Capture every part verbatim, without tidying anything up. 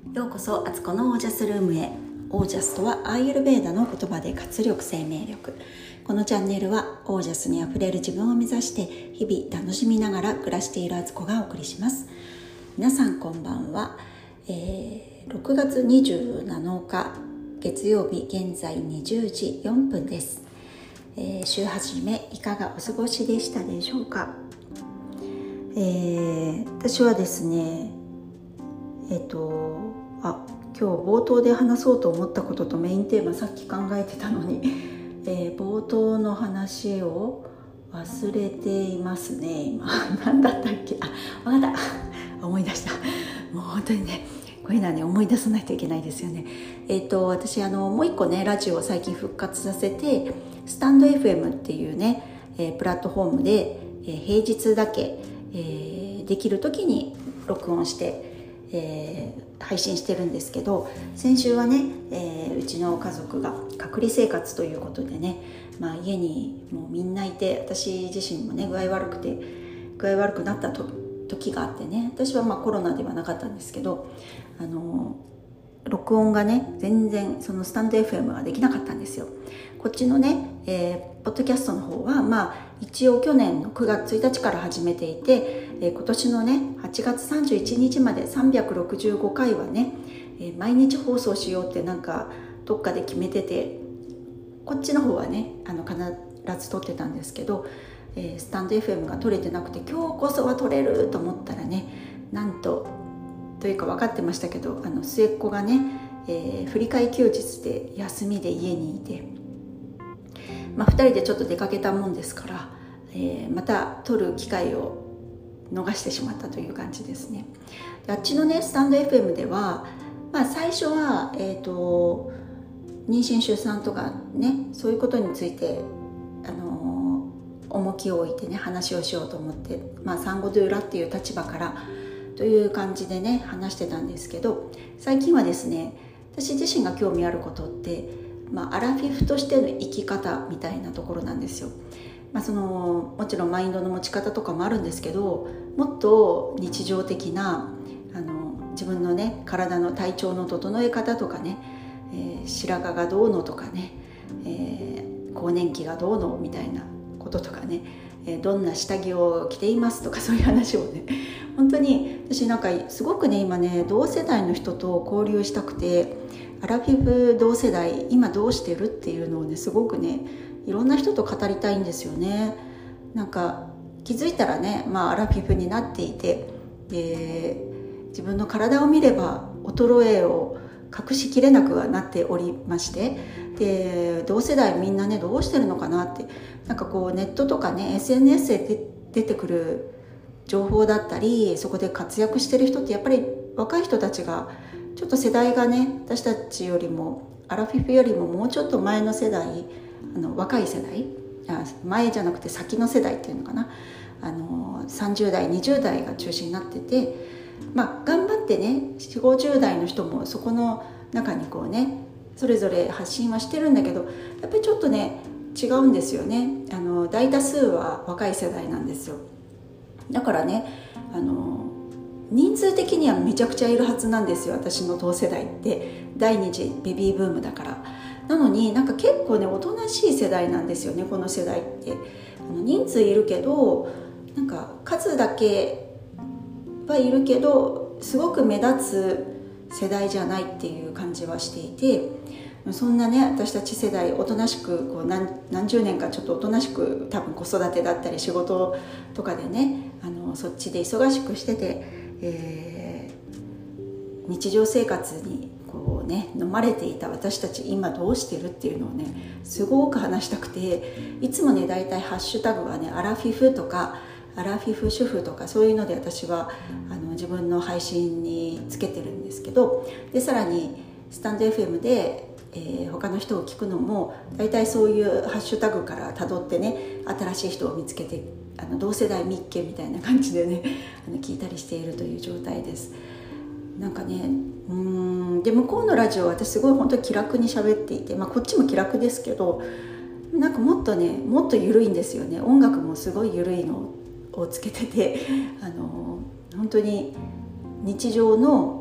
ようこそアツコのオージャスルームへ。オージャスとはアーユルヴェーダの言葉で活力、生命力。このチャンネルはオージャスにあふれる自分を目指して日々楽しみながら暮らしているアツコがお送りします。皆さんこんばんは、えー、ろくがつにじゅうなのか月曜日、現在にじゅうじよんぷんです。えー、週始めいかがお過ごしでしたでしょうか。えー、私はですねえっとあ今日冒頭で話そうと思ったこととメインテーマさっき考えてたのに、えー、冒頭の話を忘れていますね今何だったっけ。あ、分かった思い出した。もう本当にねこういうのはね思い出さないといけないですよね。えっと私あのもう一個ねラジオを最近復活させて、スタンド エフエム っていうね、えー、プラットフォームで、えー、平日だけ、えー、できる時に録音して、えー配信してるんですけど、先週はね、えー、うちの家族が隔離生活ということでね、まあ、家にもうみんないて、私自身もね具合悪くて具合悪くなったと時があってね、私はまあコロナではなかったんですけど、あの録音がね全然そのスタンド エフエム ができなかったんですよ。こっちのね、えー、ポッドキャストの方はまあ一応去年のくがつついたちから始めていて、えー、今年のねはちがつさんじゅういちにちまでさんびゃくろくじゅうごかいはね、えー、毎日放送しようってなんかどっかで決めてて、こっちの方はねあの必ず撮ってたんですけど、えー、スタンド エフエム が撮れてなくて、今日こそは撮れると思ったらね、なんとというか分かってましたけど、あの末っ子がね、えー、振り替え休日で休みで家にいて、まあ、ふたりでちょっと出かけたもんですから、えー、また撮る機会を逃してしまったという感じですね。であっちのねスタンド エフエム では、まあ、最初は、えーと、妊娠出産とかねそういうことについて、あのー、重きを置いてね話をしようと思って、まあ、産後ドゥーラっていう立場からという感じでね話してたんですけど、最近はですね私自身が興味あることって、まあ、アラフィフとしての生き方みたいなところなんですよ。まあ、そのもちろんマインドの持ち方とかもあるんですけど、もっと日常的なあの自分のね体の体調の整え方とかね、えー、白髪がどうのとかね、えー、更年期がどうのみたいなこととかね、えー、どんな下着を着ていますとか、そういう話をね本当に私なんかすごくね今ね同世代の人と交流したくて、アラフィフ同世代今どうしてるっていうのをねすごくねいろんな人と語りたいんですよね。なんか気づいたらね、まあ、アラフィフになっていて、で自分の体を見れば衰えを隠しきれなくはなっておりまして、で同世代みんなねどうしてるのかなって、なんかこうネットとかね エスエヌエス で出てくる情報だったり、そこで活躍してる人ってやっぱり若い人たちがちょっと世代がね私たちよりもアラフィフよりももうちょっと前の世代、あの若い世代、あ前じゃなくて先の世代っていうのかな、あのさんじゅうだいにじゅうだいが中心になってて、まあ頑張ってねよんじゅうごじゅうだいの人もそこの中にこうねそれぞれ発信はしてるんだけど、やっぱりちょっとね違うんですよね。あの大多数は若い世代なんですよ。だからねあの人数的にはめちゃくちゃいるはずなんですよ。私の同世代って第二次ベビーブームだから。なのになんか結構ねおとなしい世代なんですよね、この世代って。あの人数いるけどなんか数だけはいるけどすごく目立つ世代じゃないっていう感じはしていて、そんなね私たち世代おとなしくこう 何, 何十年かちょっとおとなしく多分子育てだったり仕事とかでねあのそっちで忙しくしてて、えー、日常生活にこうね飲まれていた私たち今どうしてるっていうのをねすごく話したくて、いつもねだいたいハッシュタグはねアラフィフとかアラフィフ主婦とかそういうので私はあの自分の配信につけてるんですけど、でさらにスタンド エフエム でえー、他の人を聞くのも大体そういうハッシュタグからたどってね新しい人を見つけて、あの同世代密見みたいな感じでねあの聞いたりしているという状態です。なんかねうーんで向こうのラジオは私すごい本当に気楽に喋っていて、まあ、こっちも気楽ですけど、なんかもっとねもっと緩いんですよね。音楽もすごい緩いのをつけてて、あの本当に日常の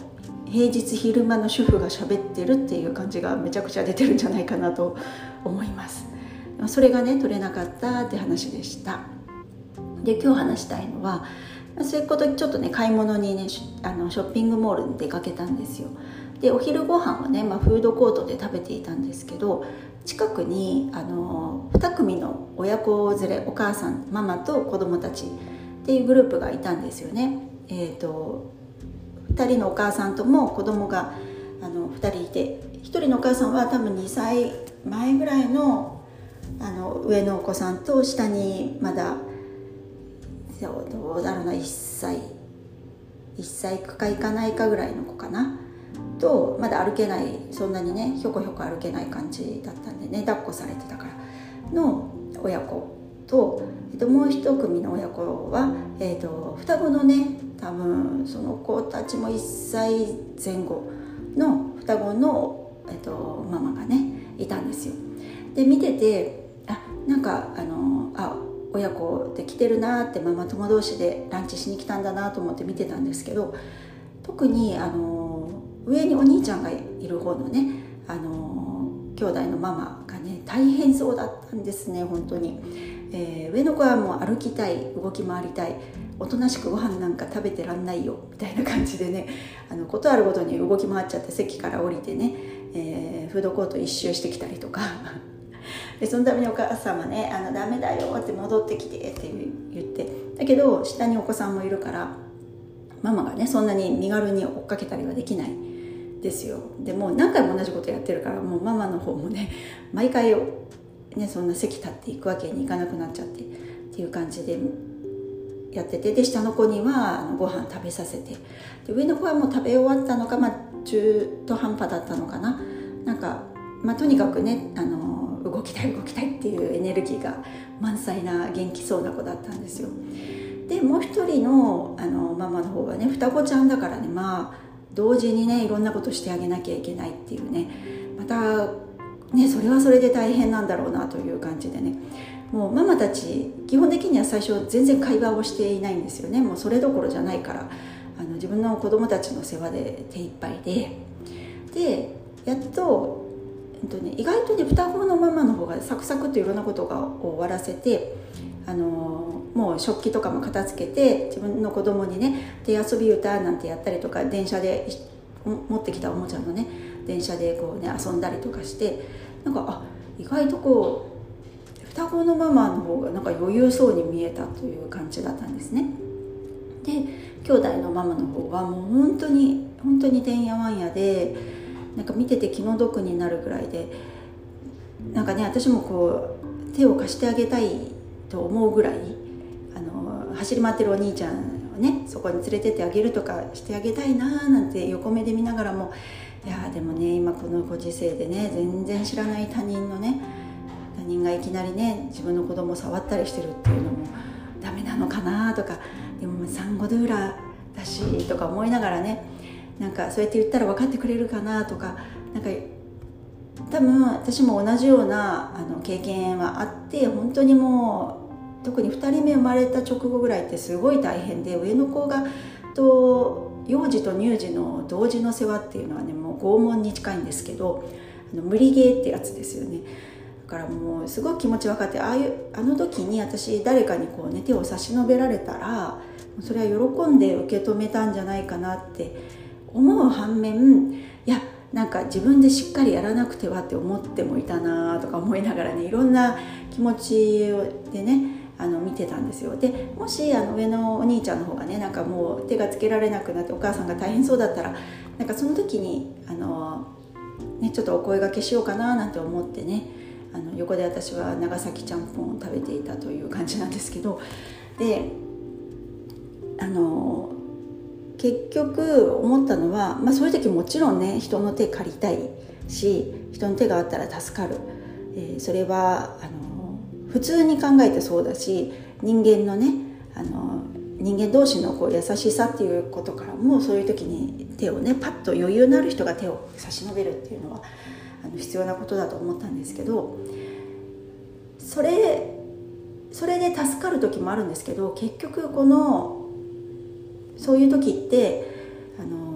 平日昼間の主婦が喋ってるっていう感じがめちゃくちゃ出てるんじゃないかなと思います。それがね取れなかったって話でした。で今日話したいのは、そういうことちょっとね買い物にねあのショッピングモールに出かけたんですよ。でお昼ご飯はね、まあ、フードコートで食べていたんですけど、近くにあのに組の親子連れ、お母さんママと子供たちっていうグループがいたんですよね。えーとふたりのお母さんとも子供があのふたりいて、ひとりのお母さんは多分にさいまえぐらいの、あの上のお子さんと、下にまだどうだろうないっさいいっさいかいかないかぐらいの子かなと、まだ歩けない、そんなにねひょこひょこ歩けない感じだったんでね、抱っこされてたからの親子と、えっと、もう一組の親子は、えっと、双子のね多分その子たちもいっさいぜん後の双子の、えっと、ママがねいたんですよ。で見てて、あなんかあのあ親子で来てるなって、ママ友同士でランチしに来たんだなと思って見てたんですけど、特にあの上にお兄ちゃんがいる方のねあの兄弟のママがね大変そうだったんですね本当に。えー、上の子はもう歩きたい、動き回りたい、おとなしくご飯なんか食べてらんないよみたいな感じでね、あのことあるごとに動き回っちゃって席から降りてね、えー、フードコート一周してきたりとかでそのためにお母さんはねあのダメだよって戻ってきてって言って、だけど下にお子さんもいるからママがねそんなに身軽に追っかけたりはできないですよ。でもう何回も同じことやってるから、もうママの方もね毎回ねそんな席立っていくわけにいかなくなっちゃってっていう感じでやってて、で下の子にはあのご飯食べさせて、で上の子はもう食べ終わったのか、まあ、中途半端だったのかな、なんか、まあ、とにかくねあの動きたい動きたいっていうエネルギーが満載な元気そうな子だったんですよ。でもう一人の、あのママの方はね双子ちゃんだからね、まあ同時にねいろんなことしてあげなきゃいけないっていうね、またねそれはそれで大変なんだろうなという感じでね、もうママたち基本的には最初全然会話をしていないんですよね。もうそれどころじゃないから、あの自分の子供たちの世話で手一杯で、でやっと、えっとね、意外とね双子のママの方がサクサクといろんなことが終わらせて、あのもう食器とかも片付けて、自分の子供にね手遊び歌なんてやったりとか、電車で持ってきたおもちゃのね電車でこうね遊んだりとかして、なんかあ意外とこう双子のママの方がなんか余裕そうに見えたという感じだったんですね。で兄弟のママの方はもう本当に本当にてんやわんやで、なんか見てて気の毒になるぐらいで、なんかね私もこう手を貸してあげたいと思うぐらい、あの走り回ってるお兄ちゃんをねそこに連れてってあげるとかしてあげたいなーなんて横目で見ながらも、いやでもね今このご時世でね全然知らない他人のね他人がいきなりね自分の子供を触ったりしてるっていうのもダメなのかなとか、でも産後ドゥーラだしとか思いながらね、なんかそうやって言ったら分かってくれるかなとか、なんか多分私も同じようなあの経験はあって、本当にもう特にふたりめ生まれた直後ぐらいってすごい大変で、上の子がと幼児と乳児の同時の世話っていうのはねもう拷問に近いんですけど、あの無理ゲーってやつですよね。だからもうすごい気持ち分かって、ああいうあの時に私誰かにこうね手を差し伸べられたらそれは喜んで受け止めたんじゃないかなって思う反面、いやなんか自分でしっかりやらなくてはって思ってもいたなとか思いながらね、いろんな気持ちでねあの見てたんですよ。でもしあの上のお兄ちゃんの方がねなんかもう手がつけられなくなってお母さんが大変そうだったら、なんかその時にあの、ね、ちょっとお声掛けしようかななんて思ってね、あの横で私は長崎ちゃんぽんを食べていたという感じなんですけど、であの結局思ったのは、まあ、そういう時もちろんね人の手借りたいし、人の手があったら助かる、えー、それはあの普通に考えてそうだし、人間のねあの人間同士のこう優しさっていうことからも、そういう時に手をねパッと余裕のある人が手を差し伸べるっていうのはあの必要なことだと思ったんですけど、それそれで助かる時もあるんですけど、結局このそういう時ってあのお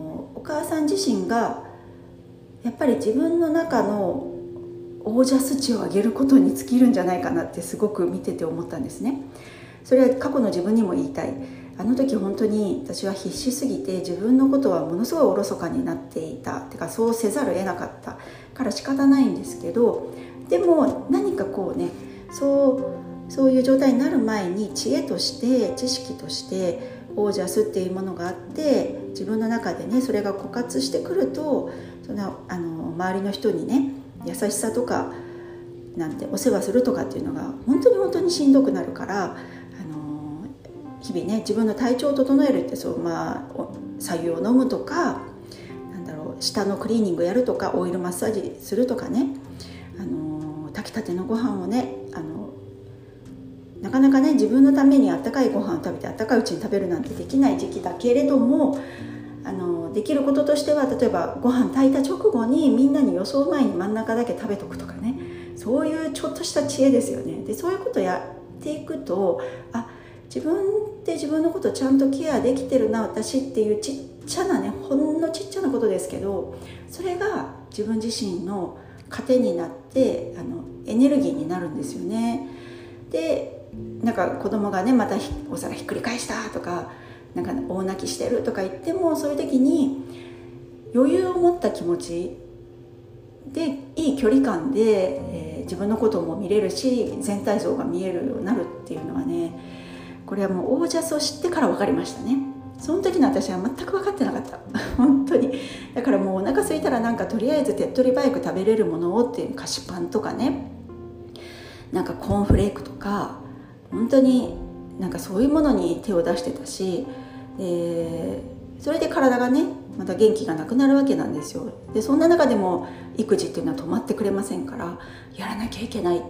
母さん自身がやっぱり自分の中のオージャス値を上げることに尽きるんじゃないかなってすごく見てて思ったんですね。それは過去の自分にも言いたい。あの時本当に私は必死すぎて自分のことはものすごいおろそかになっていた。てかそうせざるを得なかったから仕方ないんですけど、でも何かこうね、そうそういう状態になる前に知恵として知識としてオージャスっていうものがあって、自分の中でねそれが枯渇してくると、そのあの周りの人にね優しさとかなんてお世話するとかっていうのが本当に本当にしんどくなるから、あの日々ね自分の体調を整えるって、そう、まあ白湯を飲むとか、なんだろう、舌のクリーニングやるとか、オイルマッサージするとかね、あの炊きたてのご飯をね、あのなかなかね自分のためにあったかいご飯を食べてあったかいうちに食べるなんてできない時期だけれども、あのできることとしては、例えばご飯炊いた直後にみんなによそう前に真ん中だけ食べとくとかね、そういうちょっとした知恵ですよね。でそういうことやっていくと、あ、自分って自分のことちゃんとケアできてるな私っていうちっちゃなね、ほんのちっちゃなことですけど、それが自分自身の糧になってあのエネルギーになるんですよね。でなんか子供がねまたお皿ひっくり返したとか、なんか大泣きしてるとか言っても、そういう時に余裕を持った気持ちでいい距離感で、えー、自分のことも見れるし全体像が見えるようになるっていうのはね、これはもうオージャスを知ってから分かりましたね。その時の私は全く分かってなかった本当に。だからもうお腹空いたらなんかとりあえず手っ取り早く食べれるものをっていう、菓子パンとかね、なんかコーンフレークとか、本当になんかそういうものに手を出してたし、でそれで体がねまた元気がなくなるわけなんですよ。でそんな中でも育児っていうのは止まってくれませんから、やらなきゃいけないって。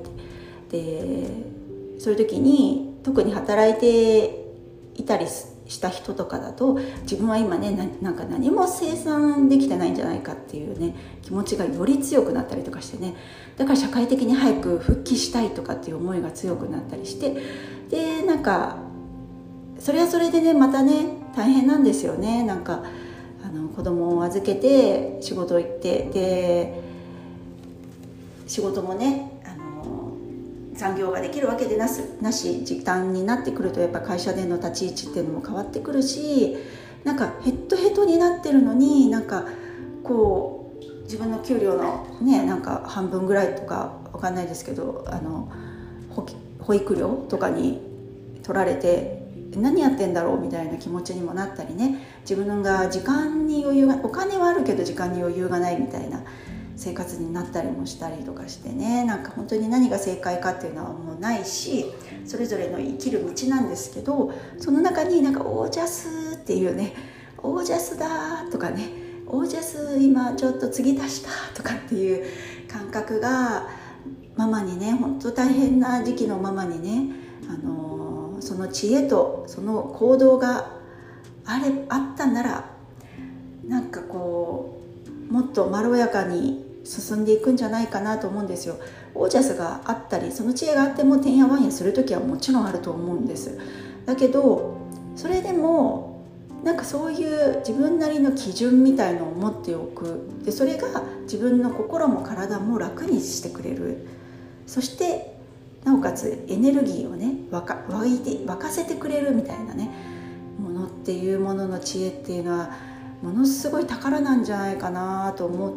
でそういう時に特に働いていたりした人とかだと、自分は今ね な, なんか何も生産できてないんじゃないかっていうね気持ちがより強くなったりとかしてね、だから社会的に早く復帰したいとかっていう思いが強くなったりして、でなんかそれはそれでねまたね大変なんですよね。なんかあの子供を預けて仕事行って、で仕事もねあの残業ができるわけでなすなし時短になってくると、やっぱ会社での立ち位置っていうのも変わってくるし、なんかヘトヘトになってるのに、なんかこう自分の給料のねなんか半分ぐらいとかわかんないですけど、あの保育料とかに取られて何やってんだろうみたいな気持ちにもなったりね、自分が時間に余裕が、お金はあるけど時間に余裕がないみたいな生活になったりもしたりとかしてね、なんか本当に何が正解かっていうのはもうないし、それぞれの生きる道なんですけど、その中になんかオージャスっていうね、オージャスだとかね、オージャス今ちょっと継ぎ足したとかっていう感覚がママにね、本当大変な時期のママにね、あのその知恵とその行動があれあったなら、なんかこうもっとまろやかに進んでいくんじゃないかなと思うんですよ。オージャスがあったりその知恵があってもてんやわんやする時はもちろんあると思うんです。だけどそれでもなんかそういう自分なりの基準みたいのを持っておく。でそれが自分の心も体も楽にしてくれる。そしてなおかつエネルギーをね沸か、湧いて沸かせてくれるみたいなねものっていうものの知恵っていうのはものすごい宝なんじゃないかなと思って、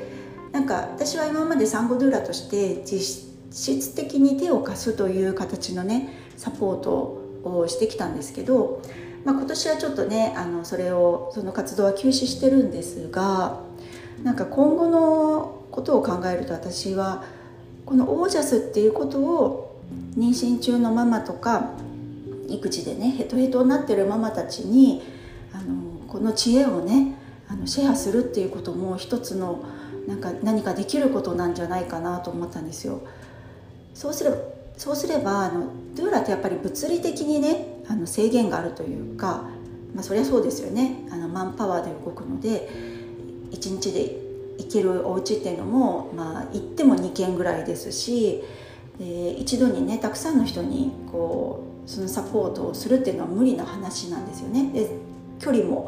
なんか私は今まで産後ドゥーラとして実質的に手を貸すという形のねサポートをしてきたんですけど、まあ、今年はちょっとねあのそれをその活動は休止してるんですが、なんか今後のことを考えると、私はこのオージャスっていうことを妊娠中のママとか育児でねヘトヘトになってるママたちにあのこの知恵をねあのシェアするっていうことも一つのなんか何かできることなんじゃないかなと思ったんですよ。そうすればそうすればあのドゥーラってやっぱり物理的にねあの制限があるというか、まあ、そりゃそうですよね。あのマンパワーで動くのでいちにちで行けるお家っていうのも、まあ、行ってもにけんぐらいですし、で一度にねたくさんの人にこうそのサポートをするっていうのは無理な話なんですよね。で距離も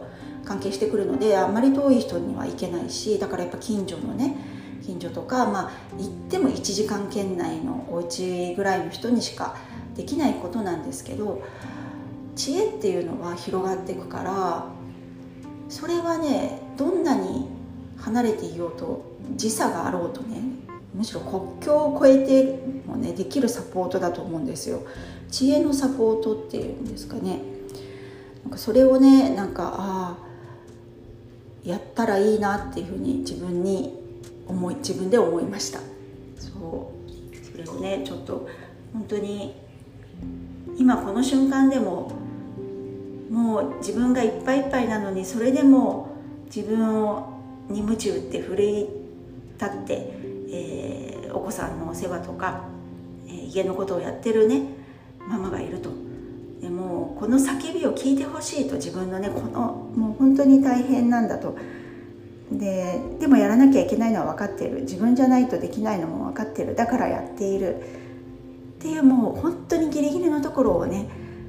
関係してくるので、あんまり遠い人には行けないし、だからやっぱ近所のね近所とか、まあ行ってもいちじかん圏内のお家ぐらいの人にしかできないことなんですけど、知恵っていうのは広がっていくから、それはねどんなに離れていようと時差があろうとね、むしろ国境を越えてもねできるサポートだと思うんですよ。知恵のサポートっていうんですかね。なんかそれをねなんかあやったらいいなっていうふうに自分に思い自分で思いました。そうそれをねちょっと本当に今この瞬間でももう自分がいっぱいいっぱいなのに、それでも自分をに鞭打って奮い立って、えー、お子さんのお世話とか、えー、家のことをやってるねママがいると。でもこの叫びを聞いてほしいと、自分のねこのもう本当に大変なんだと。ででもやらなきゃいけないのは分かっている、自分じゃないとできないのも分かっている、だからやっているっていう、もう本当にギリギリのところをね、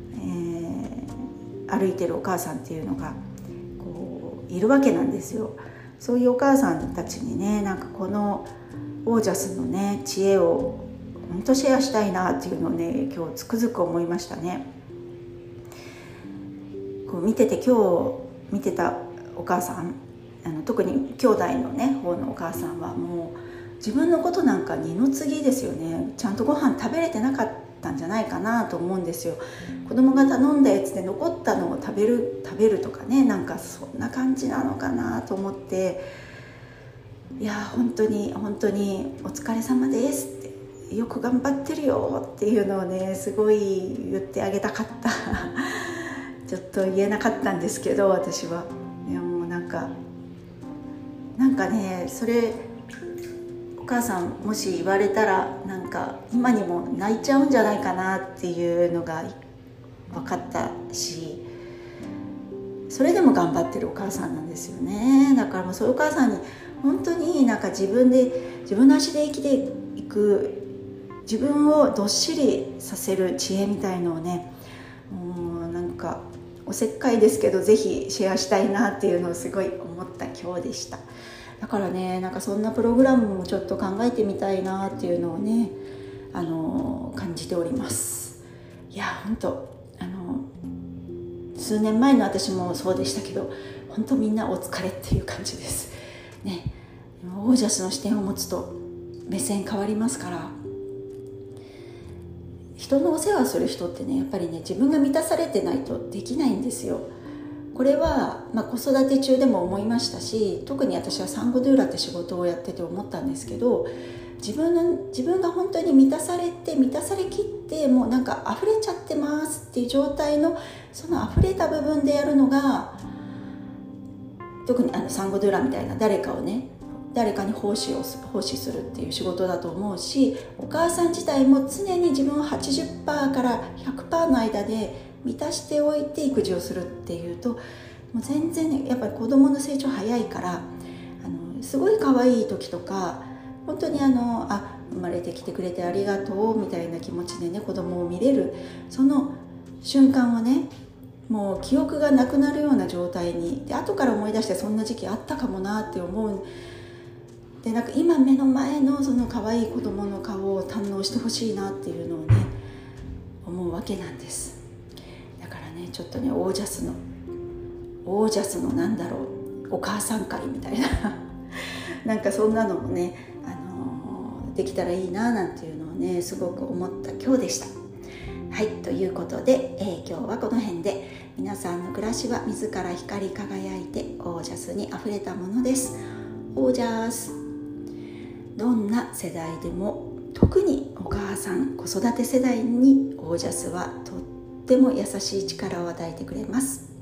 えー、歩いてるお母さんっていうのがこういるわけなんですよ。そういうお母さんたちにね、なんかこのオージャスのね知恵を本当シェアしたいなっていうのをね今日つくづく思いましたね。こう見てて今日見てたお母さん、あの特に兄弟のね方のお母さんはもう自分のことなんか二の次ですよね。ちゃんとご飯食べれてなかったんじゃないかなと思うんですよ。子供が頼んだやつで残ったのを食べる食べるとかね、なんかそんな感じなのかなと思って、いや本当に本当にお疲れ様ですって、よく頑張ってるよっていうのをねすごい言ってあげたかったちょっと言えなかったんですけど、私は。いやもうなんかなんかねそれお母さんもし言われたらなんか今にも泣いちゃうんじゃないかなっていうのが分かったし、それでも頑張ってるお母さんなんですよね。だからもうそういうお母さんに本当になんか自分で自分の足で生きていく、自分をどっしりさせる知恵みたいのをね、もうなんかおせっかいですけどぜひシェアしたいなっていうのをすごい思った今日でした。だからねなんかそんなプログラムもちょっと考えてみたいなっていうのをねあの感じております。いや本当あの数年前の私もそうでしたけど、本当みんなお疲れっていう感じですね。オージャスの視点を持つと目線変わりますから、人のお世話する人ってねやっぱりね自分が満たされてないとできないんですよ。これは、まあ、子育て中でも思いましたし、特に私は産後ドゥーラって仕事をやってて思ったんですけど、自分の自分が本当に満たされて満たされきってもうなんか溢れちゃってますっていう状態のその溢れた部分でやるのが、特にあの産後ドゥーラみたいな誰かをね誰かに奉仕を奉仕するっていう仕事だと思うし、お母さん自体も常に自分を はちじゅっパーセント から ひゃくパーセント の間で満たしておいて育児をするっていうと、もう全然ねやっぱり子供の成長早いから、あのすごい可愛い時とか本当にあのあ生まれてきてくれてありがとうみたいな気持ちでね子供を見れるその瞬間をね、もう記憶がなくなるような状態にで、後から思い出してそんな時期あったかもなって思う。でなんか今目の前のその可愛い子供の顔を堪能してほしいなっていうのをね思うわけなんです。だからねちょっとねオージャスのオージャスのなんだろうお母さん会みたいななんかそんなのもね、あのー、できたらいいななんていうのをねすごく思った今日でした。はい、ということで、えー、今日はこの辺で、皆さんの暮らしは自ら光り輝いてオージャスにあふれたものです。オージャス、どんな世代でも特にお母さん子育て世代にオージャスはとっても優しい力を与えてくれます。